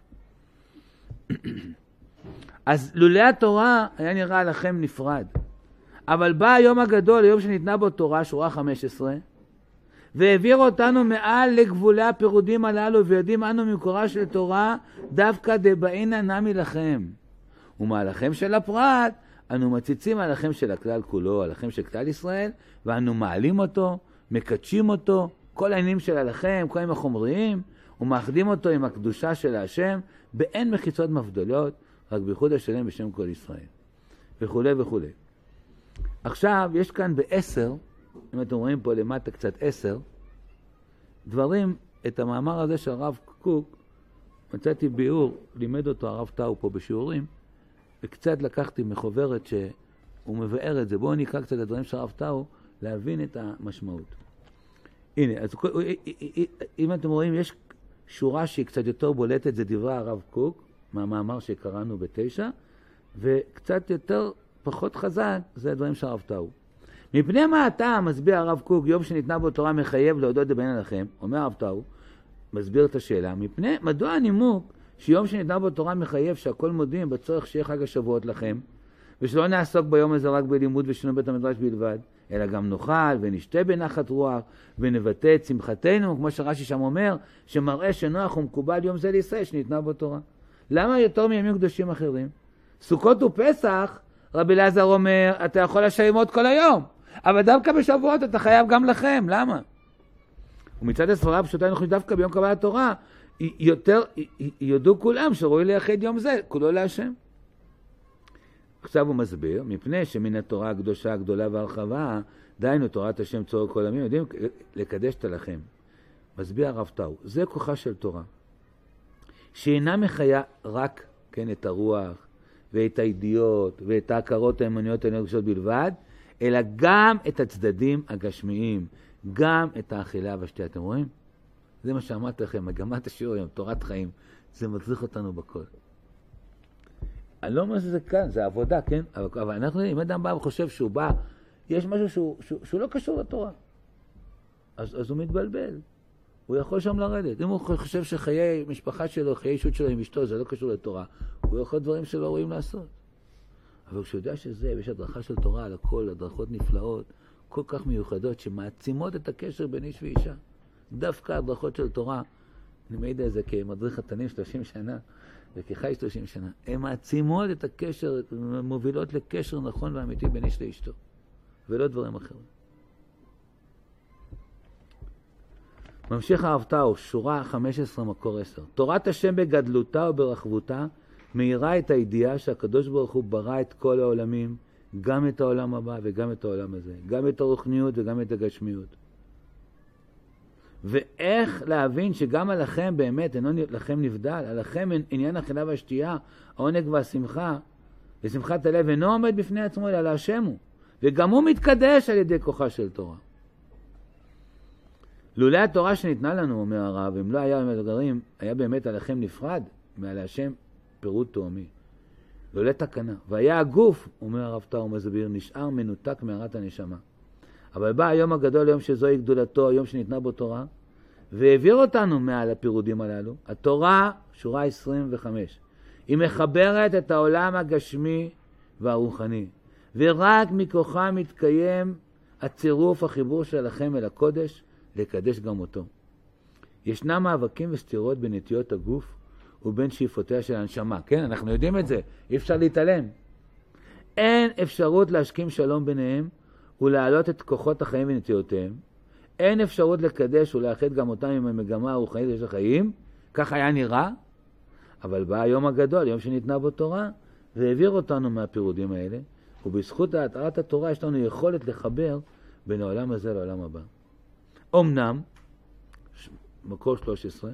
אז לולא התורה היה נראה לכם נפרד. אבל בא היום הגדול, היום שניתנה בו תורה, שורה 15, והעביר אותנו מעל לגבולי הפירודים הללו, ויודעים אנו ממקורה של תורה, דווקא דבעינא נמי לכם. ומהלכם של הפרט, אנו מציצים מהלכם של הכלל כולו, הלכם של כלל ישראל, ואנו מעלים אותו, מקדשים אותו, כל העניינים של הלכם, כל העניינים החומריים, ומאחדים אותו עם הקדושה של השם, באין מחיצות מבדלות, רק בייחוד השלם בשם כל ישראל. וכו' וכו'. עכשיו, יש כאן ב10, אם אתם רואים פה למטה קצת 10, דברים, את המאמר הזה של הרב קוק, מצאתי ביאור, לימד אותו הרב טאו פה בשיעורים, וקצת לקחתי מחוברת שהוא מבאר את זה. בואו נקרא קצת את הדברים של הרב טאו, להבין את המשמעות. הנה, אז אם אתם רואים, יש שורה שהיא קצת יותר בולטת, זה דברי הרב קוק, מהמאמר שקראנו ב9, וקצת יותר פחות חזק, זה הדברים של הרב טאו. מפני מה אתה מסביר הרב קוק, יום שניתנה בו תורה מחייב להודות לבעין לכם, אומר הרב טאו, מסביר את השאלה, מפני, מדוע הנימוק שיום שניתנה בו תורה מחייב שהכל מודים בצורך שיהיה חג השבועות לכם, ושלא נעסוק ביום הזה רק בלימוד ושינוי בית המדרש בלבד, אלא גם נאכל ונשתה בנחת רוח ונבטא את שמחתנו, כמו שרש"י שם אומר, שמראה שנוח ומקובל יום זה לישראל שניתנה בו תורה. למה יותר מימים קדושים אחרים? סוכות ופסח, רבי אלעזר אומר, אתה יכול לשלמות כל היום, אבל דווקא בשבועות אתה חייב גם לכם, למה? ומצד הסברה הפשוטה אנחנו דווקא ביום קבלת התורה, יותר יודו כולם שראוי לייחד יום זה, כולו להשם. עכשיו הוא מסביר, מפני שמן התורה הקדושה הגדולה והרחבה, דיינו תורת השם צור כל עמים, יודעים לקדש את הלחם. מסביר הרב טאו, זה כוחה של תורה, שאינה מחיה רק כן את הרוח ואת הידיעות ואת ההכרות האמוניות הנרגשות בלבד, אלא גם את הצדדים הגשמיים, גם את האכילה והשתייה. אתם רואים? זה מה שאמרתי לכם, מגמת השיעור היום, תורת חיים, זה מצריך אותנו בכל. אני לא אומר שזה כאן, זה עבודה, כן? אבל אנחנו, אם אדם בא וחושב שהוא בא, יש משהו שהוא לא קשור לתורה. אז הוא מתבלבל. הוא יכול שם לרדת. אם הוא חושב שחיי משפחה שלו, חיי אישות שלו עם אשתו, זה לא קשור לתורה, הוא יכול דברים שלא רואים לעשות. אבל כשהוא יודע שזה, ויש הדרכה של תורה על הכל, הדרכות נפלאות, כל כך מיוחדות, שמעצימות את הקשר בין איש ואישה. דווקא הדרכות של תורה, אני מעיד על זה כמדריך חתנים 30 שנה, וכחי 30 שנה, הן מעצימות את הקשר, מובילות לקשר נכון ואמיתי בין איש לאשתו, ולא דברים אחרים. ממשיך הרב טאו, שורה 15 מקור 10. תורת השם בגדלותה וברחבותה, מאירה את הידיעה שהקדוש ברוך הוא ברא את כל העולמים, גם את העולם הבא וגם את העולם הזה, גם את הרוחניות וגם את הגשמיות. ואיך להבין שגם עליכם באמת, אינו לכם נבדל, עליכם עניין האכילה והשתייה, העונג והשמחה, ושמחת הלב אינו עומד בפני עצמו אלא להשם הוא, וגם הוא מתקדש על ידי כוחה של תורה. לולא התורה שניתנה לנו, אומר הרב, אם לא היה במדגרים, היה באמת עליכם נפרד מעל השם פירוט תאומי. לולא תקנה. והיה הגוף, אומר הרב טאו מסביר, נשאר מנותק מערת הנשמה. אבל בא היום הגדול, היום שזוהי גדולתו, היום שניתנה בו תורה, והעביר אותנו מעל הפירודים הללו. התורה, שורה 25, היא מחברת את העולם הגשמי והרוחני, ורק מכוחה מתקיים הצירוף, החיבור שלכם אל הקודש, לקדש גם אותו. ישנם מאבקים וסתירות בנטיות הגוף ובין שאיפותיה של הנשמה. כן, אנחנו יודעים את זה, אי אפשר להתעלם. אין אפשרות להשכים שלום ביניהם ולהעלות את כוחות החיים ונטיותיהם. אין אפשרות לקדש ולאחד גם אותם עם המגמה הרוחנית של החיים, ככה היה נראה, אבל בא היום הגדול, יום שניתנה בו תורה, והעביר אותנו מהפירודים האלה, ובזכות התרת התורה יש לנו יכולת לחבר בין העולם הזה לעולם הבא. אמנם, מקור 13,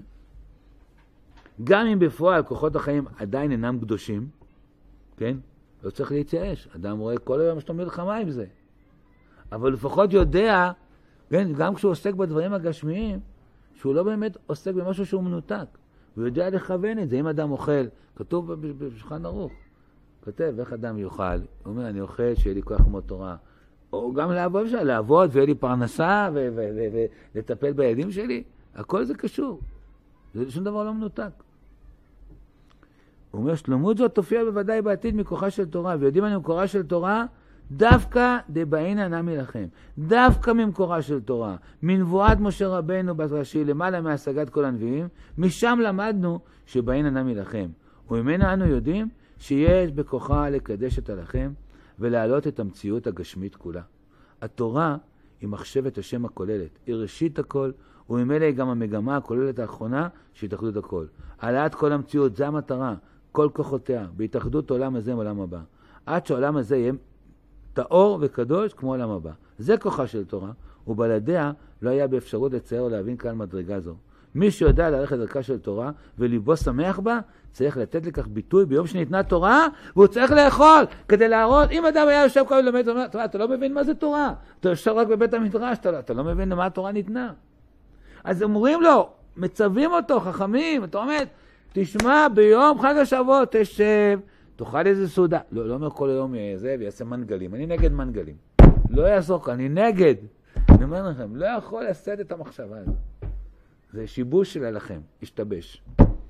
גם אם בפועל כוחות החיים עדיין אינם קדושים, כן? לא צריך להתייאש. אדם רואה כל היום יש לו מלחמה עם זה. אבל לפחות יודע, כן, גם כשהוא עוסק בדברים הגשמיים, שהוא לא באמת עוסק במשהו שהוא מנותק. הוא יודע לכוון את זה. אם אדם אוכל, כתוב בשולחן ערוך, כותב איך אדם יאכל. הוא אומר, אני אוכל שיהיה לי כוח ללמוד תורה. או גם לעבוד ויהיה לי פרנסה ולטפל בילדים שלי. הכל זה קשור. זה שום דבר לא מנותק. הוא אומר, שלמות זאת תופיע בוודאי בעתיד מכוחה של תורה, ויודעים אני מקורה של תורה, דווקא דבעינא נמי לכם. דווקא ממקורה של תורה, מנבואת משה רבנו בראשי, למעלה מהשגת כל הנביאים, משם למדנו שבעינא נמי לכם. וממנה אנו יודעים שיש בכוחה לקדש את הלכם, ולהעלות את המציאות הגשמית כולה. התורה היא מחשבת השם הכוללת, היא ראשית הכל, וממילא היא גם המגמה הכוללת האחרונה של התאחדות הכל. העלאת כל המציאות, זה המטרה, כל כוחותיה, בהתאחדות עולם הזה עם עולם הבא. עד שהעולם הזה יהיה טהור וקדוש כמו עולם הבא. זה כוחה של תורה, ובלעדיה לא היה באפשרות לצייר או להבין כאן מדרגה זו. מי שיודע ללכת דרכה של תורה וליבו שמח בה, צריך לתת לכך ביטוי ביום שניתנה תורה, והוא צריך לאכול כדי להראות. אם אדם היה יושב כל לומד, אתה לא מבין מה זה תורה. אתה יושב רק בבית המדרש, אתה לא מבין למה התורה ניתנה. אז אומרים לו, מצווים אותו, חכמים, אתה אומר, תשמע, ביום חג השבועות תשב, תאכל איזה סעודה. לא אומר כל היום זה ויעשה מנגלים. אני נגד מנגלים. לא יעסוק, אני נגד. אני אומר לכם, לא יכול לשאת את המחשבה הזאת. זה שיבוש שלה לכם, השתבש.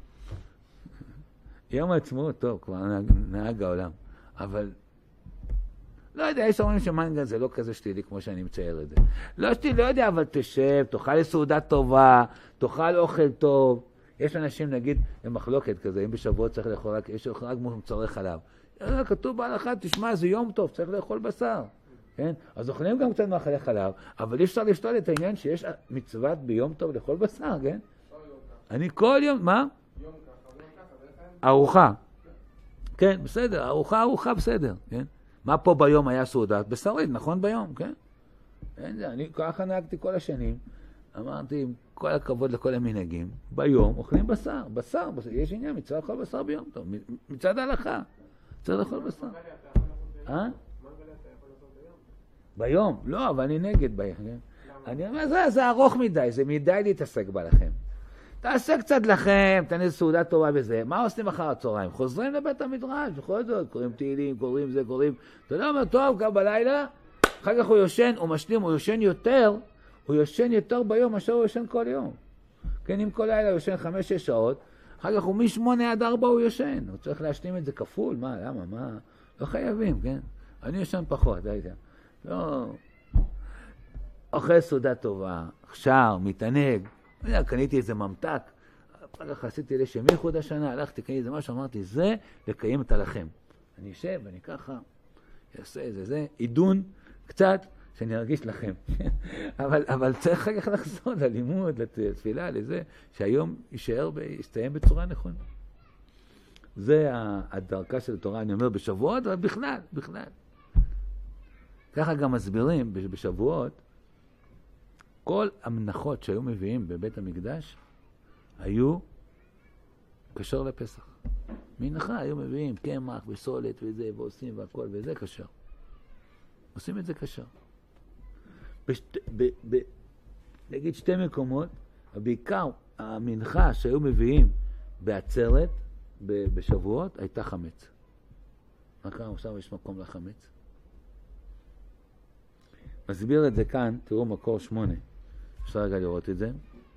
יום העצמאות, טוב, כבר נהג העולם. אבל לא יודע, יש אומרים שמנגל זה לא כזה שתילי כמו שאני מצייר את זה. לא שתילי, לא יודע, אבל תשב, תאכל סעודה טובה, תאכל אוכל טוב. יש אנשים, נגיד, במחלוקת כזה, אם בשבועות צריך לאכול רק, יש רק מוצרי חלב. כתוב בהלכה, תשמע, זה יום טוב, צריך לאכול בשר. כן? אז אוכלים גם קצת מאכלי חלב, אבל אי אפשר לשתול את העניין שיש מצוות ביום טוב לאכול בשר, כן? אני כל יום, מה? יום ככה, ארוחה. כן, בסדר, ארוחה בסדר, כן? מה פה ביום היה סעודת? בשרית, נכון ביום, כן? אני ככה נהגתי כל השנים, אמרתי, עם כל הכבוד לכל המנהגים, ביום אוכלים בשר, יש עניין, מצווה לאכול בשר ביום טוב, מצד ההלכה, צריך לאכול בשר. ביום? לא, אבל אני נגד ביום. אני אומר, זה ארוך מדי, זה מדי להתעסק בה לכם. תעשה קצת לכם, תעשה סעודה טובה וזה. מה עושים אחר הצהריים? חוזרים לבית המדרש, בכל זאת, קוראים תהילים, קוראים זה, קוראים. אתה יודע, אומר, טוב, גם בלילה, אחר כך הוא יושן, הוא משלים, הוא יושן יותר ביום מאשר הוא יושן כל יום. כן, אם כל לילה הוא יושן 5-6 שעות, אחר כך הוא מ-8 עד 4 הוא יושן. הוא צריך להשלים את זה כפול, מה, למה, מה? לא חייבים, כן? אני יושן פחות, הייתי. לא, אוכל סעודה טובה, שר, מתענג, קניתי איזה ממתק, אחר כך עשיתי לשם ייחוד השנה, הלכתי, קניתי איזה משהו, אמרתי, זה לקיים את הלחם. אני אשב, אני ככה, אעשה איזה, עידון קצת, שאני ארגיש לכם. אבל צריך אחר כך לחזור ללימוד, לתפילה, לזה, שהיום יישאר ויסתיים בצורה נכונה. זה הדרכה של התורה, אני אומר, בשבועות, אבל בכלל. ככה גם מסבירים בשבועות, כל המנחות שהיו מביאים בבית המקדש, היו קשר לפסח. מנחה היו מביאים קמח וסולת וזה, ועושים והכל, וזה קשר. עושים את זה קשר. נגיד 2 מקומות, בעיקר המנחה שהיו מביאים בעצרת, בשבועות, הייתה חמץ. מה קרה? עכשיו יש מקום לחמץ. מסביר את זה כאן, תראו מקור 8. אפשר רגע לראות את זה.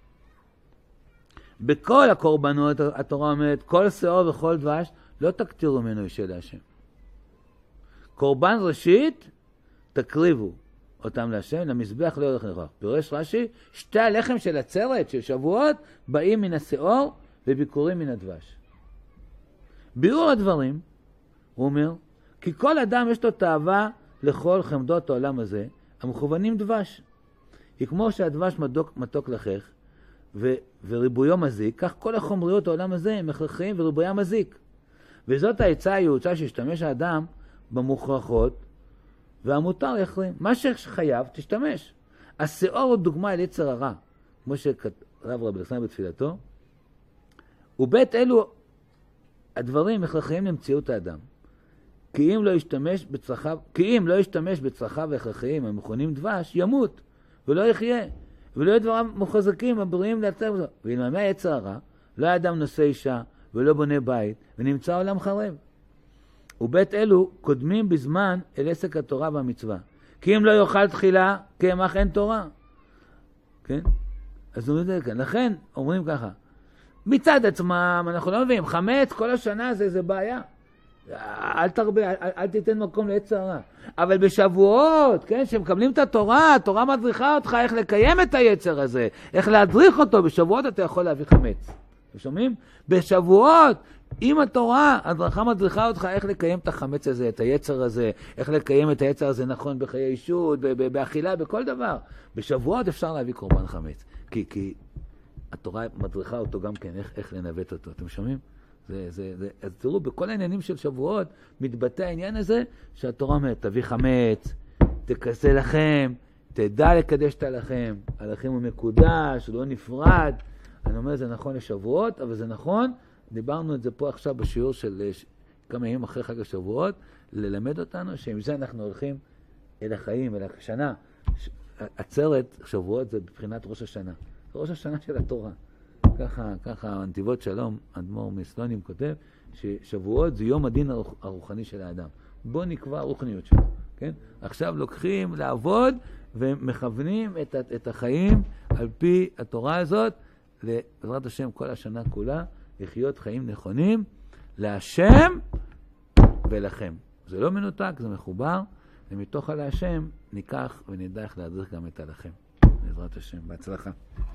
בכל הקורבנות, התורה אומרת, כל שיעור וכל דבש, לא תקטירו ממנו אישה להשם. קורבן ראשית, תקריבו אותם להשם, למזבח לא הולך לכך. פירש רש"י, 2 הלחם של עצרת, של שבועות, באים מן השיעור וביקורים מן הדבש. ביאור הדברים, הוא אומר, כי כל אדם יש לו תאווה לכל חמדות העולם הזה, המכוונים דבש. היא כמו שהדבש מתוק לחך, וריבויו מזיק, כך כל החומריות העולם הזה הם הכרחיים וריבויה מזיק. וזאת העצה היעוצה שהשתמש האדם במוכרחות, והמותר יחרים. מה שחייב, תשתמש. השאור הוא דוגמה אל יצר הרע, כמו שכתב רב אלכסנדר בתפילתו, ובית אלו הדברים הכרחיים למציאות האדם. כי אם לא ישתמש בצרכיו ההכרחיים המכונים דבש, ימות ולא יחיה, ולא יהיו דברים מוחזקים הבריאים לייצר בזה. ואילמה היצר הרע, לא האדם נושא אישה ולא בונה בית, ונמצא עולם חרב. ובית אלו קודמים בזמן אל עסק התורה והמצווה. כי אם לא יאכל תחילה, קמח אין תורה. כן? אז אומרים את זה כאן. לכן אומרים ככה, מצד עצמם אנחנו לא מביאים, חמץ כל השנה זה בעיה. אל תרבה, אל תיתן מקום ליצר הרע. אבל בשבועות, כן, שמקבלים את התורה, התורה מדריכה אותך איך לקיים את היצר הזה, איך להדריך אותו. בשבועות אתה יכול להביא חמץ. אתם שומעים? בשבועות, עם התורה, הדרכה מדריכה אותך איך לקיים את החמץ הזה, את היצר הזה, איך לקיים את היצר הזה נכון בחיי אישות, באכילה, בכל דבר. בשבועות אפשר להביא קורבן חמץ. כי התורה מדריכה אותו גם כן, איך לנווט אותו. אתם שומעים? אז תראו, בכל העניינים של שבועות מתבטא העניין הזה שהתורה אומרת, תביא חמץ, תכסה לכם, תדע לקדש את הלחם, הלחם הוא מקודש, הוא לא נפרד. אני אומר, זה נכון לשבועות, אבל זה נכון, דיברנו את זה פה עכשיו בשיעור של כמה ימים אחרי חג השבועות, ללמד אותנו שעם זה אנחנו הולכים אל החיים, אל השנה. עצרת שבועות זה בבחינת ראש השנה. זה ראש השנה של התורה. ככה הנתיבות שלום, אדמו"ר מסלונים כותב, ששבועות זה יום הדין הרוחני של האדם. בוא נקבע הרוחניות שלו, כן? עכשיו לוקחים לעבוד ומכוונים את החיים על פי התורה הזאת, בעזרת השם כל השנה כולה, לחיות חיים נכונים, להשם ולכם. זה לא מנותק, זה מחובר, ומתוך על השם ניקח ונדע איך להדריך גם את הלכם. בעזרת השם, בהצלחה.